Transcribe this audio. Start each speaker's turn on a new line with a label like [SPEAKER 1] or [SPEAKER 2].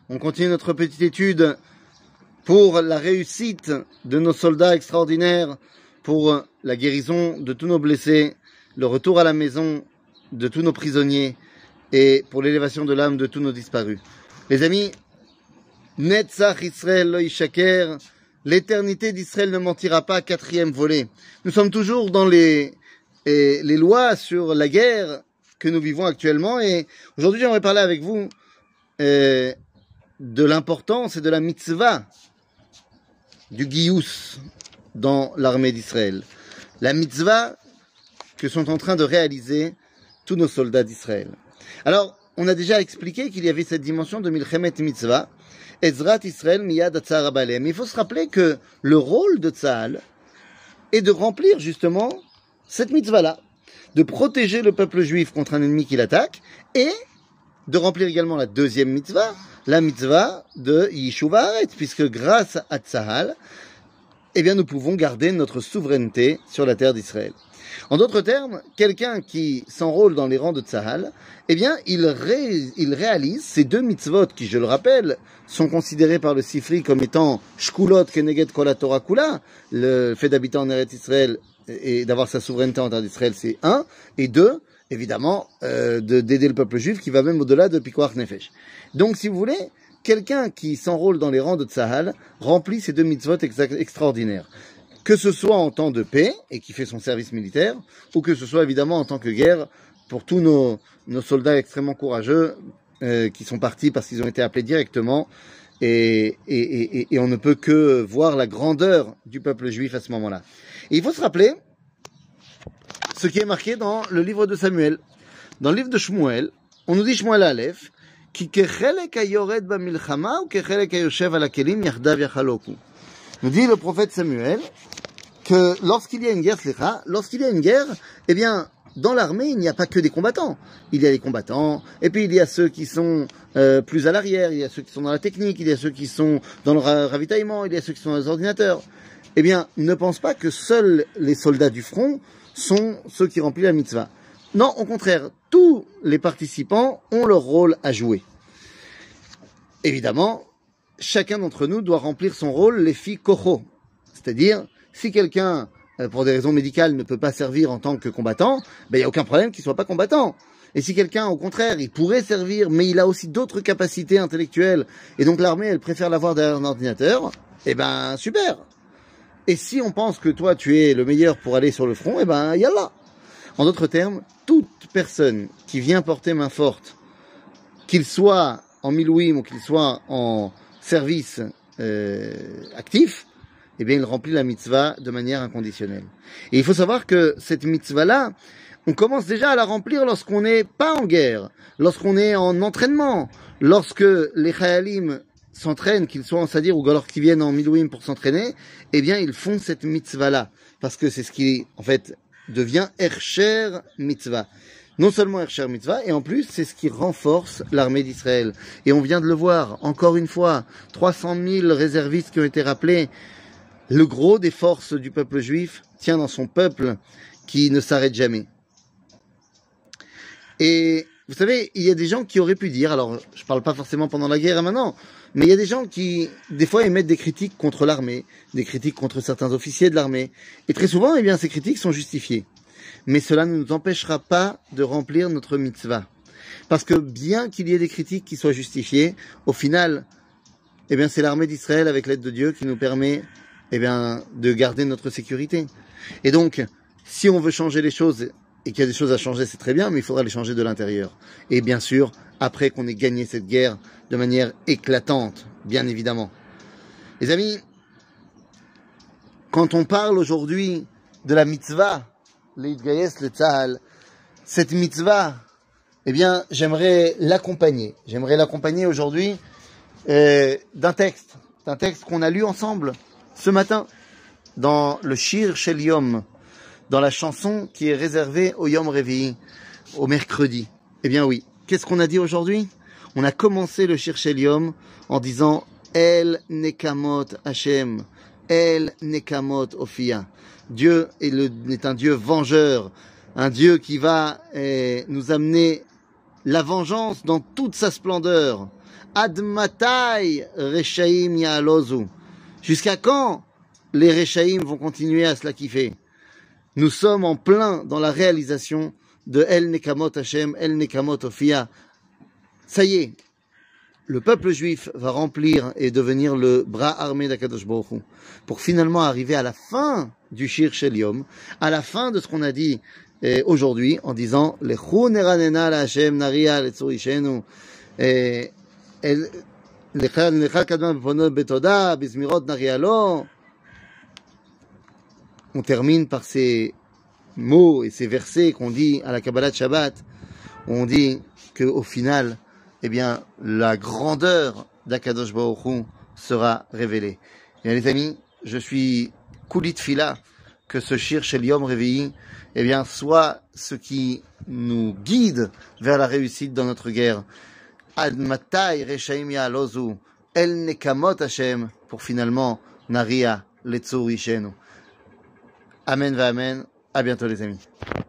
[SPEAKER 1] On continue notre petite étude pour la réussite de nos soldats extraordinaires, pour la guérison de tous nos blessés, le retour à la maison de tous nos prisonniers et pour l'élévation de l'âme de tous nos disparus. Les amis, Netzach Israël lo yishaker, l'éternité d'Israël ne mentira pas, quatrième volet. Nous sommes toujours dans les lois sur la guerre que nous vivons actuellement et aujourd'hui j'aimerais parler avec vous de l'importance et de la mitzvah du Giyus dans l'armée d'Israël. La mitzvah que sont en train de réaliser tous nos soldats d'Israël. Alors, on a déjà expliqué qu'il y avait cette dimension de Milchemet Mitzvah, Ezrat Israël Miyad Atzar Abaleh. Mais il faut se rappeler que le rôle de Tzahal est de remplir justement cette mitzvah-là, de protéger le peuple juif contre un ennemi qui l'attaque et de remplir également la deuxième mitzvah, la mitzvah de Yishuv Haaretz, puisque grâce à Tzahal, eh bien, nous pouvons garder notre souveraineté sur la terre d'Israël. En d'autres termes, quelqu'un qui s'enrôle dans les rangs de Tzahal, eh bien, il réalise ces deux mitzvot qui, je le rappelle, sont considérés par le Sifri comme étant Shkulot Keneged Kol HaTorah Kula, le fait d'habiter en Eretz Israël et d'avoir sa souveraineté en terre d'Israël, c'est un, et deux, évidemment, d'aider le peuple juif qui va même au-delà de Pikuach Nefesh. Donc, si vous voulez, quelqu'un qui s'enrôle dans les rangs de Tzahal remplit ces deux mitzvot extraordinaires. Que ce soit en temps de paix et qui fait son service militaire, ou que ce soit évidemment en tant que guerre pour tous nos soldats extrêmement courageux qui sont partis parce qu'ils ont été appelés directement et on ne peut que voir la grandeur du peuple juif à ce moment-là. Et il faut se rappeler ce qui est marqué dans le livre de Samuel. Dans le livre de Shmuel, on nous dit Shmuel Aleph, Ki kechelek hayored bamilchama ou kechelek hayoshev ala kelim yachdav yachaloku. Nous dit le prophète Samuel que lorsqu'il y a une guerre, eh bien, dans l'armée, il n'y a pas que des combattants. Il y a les combattants, et puis il y a ceux qui sont plus à l'arrière, il y a ceux qui sont dans la technique, il y a ceux qui sont dans le ravitaillement, il y a ceux qui sont dans les ordinateurs. Eh bien, ne pense pas que seuls les soldats du front sont ceux qui remplissent la mitzvah. Non, au contraire, tous les participants ont leur rôle à jouer. Évidemment, chacun d'entre nous doit remplir son rôle, les filles kocho. C'est-à-dire, si quelqu'un, pour des raisons médicales, ne peut pas servir en tant que combattant, ben, il n'y a aucun problème qu'il ne soit pas combattant. Et si quelqu'un, au contraire, il pourrait servir, mais il a aussi d'autres capacités intellectuelles, et donc l'armée, elle préfère l'avoir derrière un ordinateur, eh ben, super. Et si on pense que toi, tu es le meilleur pour aller sur le front, eh ben, yallah. En d'autres termes, toute personne qui vient porter main forte, qu'il soit en milouim ou qu'il soit en service actif, eh bien, il remplit la mitzvah de manière inconditionnelle. Et il faut savoir que cette mitzvah-là, on commence déjà à la remplir lorsqu'on n'est pas en guerre, lorsqu'on est en entraînement, lorsque les chayalim s'entraînent, qu'ils soient en sadir ou alors qu'ils viennent en milouim pour s'entraîner, eh bien, ils font cette mitzvah-là. Parce que c'est ce qui, en fait, devient Hersher mitzvah. Non seulement Hersher mitzvah, et en plus, c'est ce qui renforce l'armée d'Israël. Et on vient de le voir, encore une fois, 300 000 réservistes qui ont été rappelés. Le gros des forces du peuple juif tient dans son peuple qui ne s'arrête jamais. Et vous savez, il y a des gens qui auraient pu dire, alors je parle pas forcément pendant la guerre maintenant, mais il y a des gens qui, des fois, émettent des critiques contre l'armée, des critiques contre certains officiers de l'armée. Et très souvent, eh bien, ces critiques sont justifiées. Mais cela ne nous empêchera pas de remplir notre mitzvah. Parce que bien qu'il y ait des critiques qui soient justifiées, au final, eh bien, c'est l'armée d'Israël, avec l'aide de Dieu, qui nous permet, eh bien, de garder notre sécurité. Et donc, si on veut changer les choses, et qu'il y a des choses à changer, c'est très bien, mais il faudra les changer de l'intérieur. Et bien sûr, après qu'on ait gagné cette guerre de manière éclatante, bien évidemment. Les amis, quand on parle aujourd'hui de la mitzvah, l'Itgayes, le Tzahal, cette mitzvah, eh bien, j'aimerais l'accompagner. J'aimerais l'accompagner aujourd'hui d'un texte qu'on a lu ensemble ce matin dans le Shir Shel Yom, dans la chanson qui est réservée au Yom Revi'i, au mercredi. Eh bien oui, qu'est-ce qu'on a dit aujourd'hui? On a commencé le Shir Shel Yom en disant El Nekamot Hashem, El Nekamot Ophia. Dieu est un Dieu vengeur, un Dieu qui va nous amener la vengeance dans toute sa splendeur. Ad matai reshaim ya'alozu. Jusqu'à quand les reshaim vont continuer à se la kiffer? Nous sommes en plein dans la réalisation de El Nekamot Hashem, El Nekamot Ophia. Ça y est, le peuple juif va remplir et devenir le bras armé d'Akadosh Baruch Hu, pour finalement arriver à la fin du Shir Shel Yom, à la fin de ce qu'on a dit aujourd'hui, en disant Lechu neranena la Hashem naria letzur ishenu lecha kadman b'ponot betoda bizmirot naria lo. On termine par ces mots et ces versets qu'on dit à la Kabbalah de Shabbat, où on dit qu'au final, eh bien, la grandeur d'Akadosh Baruch Hu sera révélée. Et les amis, je suis kouli tfila que ce Shir Shel Yom Revi'i, eh bien, soit ce qui nous guide vers la réussite dans notre guerre. Ad matai reshaim ya'alozu el nekamot Hashem, pour finalement naria letzur ishenu. Amen va amen. À bientôt les amis.